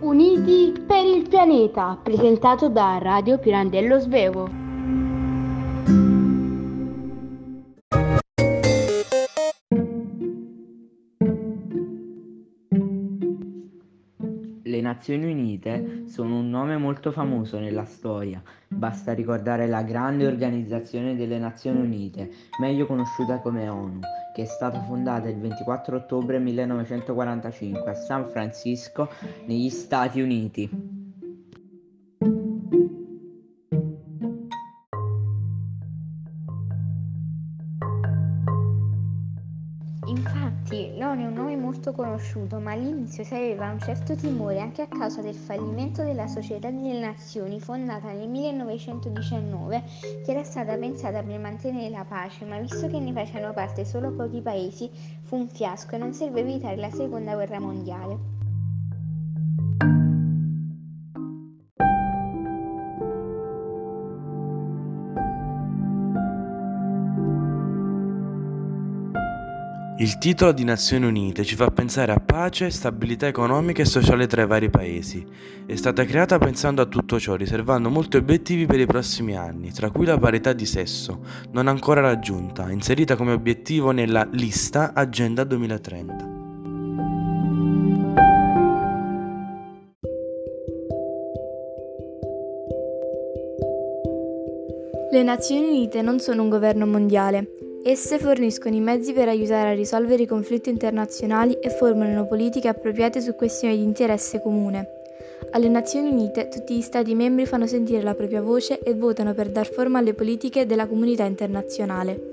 Uniti per il pianeta, presentato da Radio Pirandello Svevo. Le Nazioni Unite sono un nome molto famoso nella storia. Basta ricordare la grande organizzazione delle Nazioni Unite, meglio conosciuta come ONU, che è stata fondata il 24 ottobre 1945 a San Francisco, negli Stati Uniti. Infatti, l'ONU è un nome molto conosciuto, ma all'inizio si aveva un certo timore anche a causa del fallimento della Società delle Nazioni fondata nel 1919, che era stata pensata per mantenere la pace, ma visto che ne facevano parte solo pochi paesi, fu un fiasco e non servì evitare la Seconda Guerra Mondiale. Il titolo di Nazioni Unite ci fa pensare a pace, stabilità economica e sociale tra i vari paesi. È stata creata pensando a tutto ciò, riservando molti obiettivi per i prossimi anni, tra cui la parità di sesso, non ancora raggiunta, inserita come obiettivo nella lista Agenda 2030. Le Nazioni Unite non sono un governo mondiale. Esse forniscono i mezzi per aiutare a risolvere i conflitti internazionali e formulano politiche appropriate su questioni di interesse comune. Alle Nazioni Unite tutti gli Stati membri fanno sentire la propria voce e votano per dar forma alle politiche della comunità internazionale.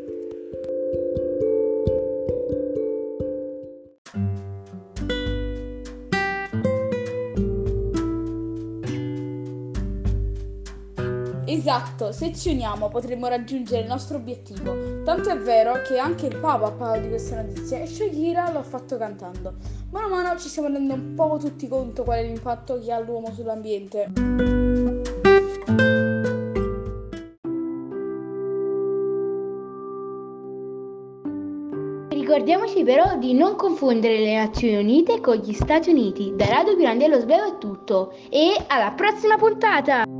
Esatto, se ci uniamo potremo raggiungere il nostro obiettivo. Tanto è vero che anche il Papa ha parlato di questa notizia e Shakira lo ha fatto cantando. Mano a mano ci stiamo rendendo un po' tutti conto qual è l'impatto che ha l'uomo sull'ambiente. Ricordiamoci però di non confondere le Nazioni Unite con gli Stati Uniti. Da Radio Pirandello Svevo è tutto e alla prossima puntata!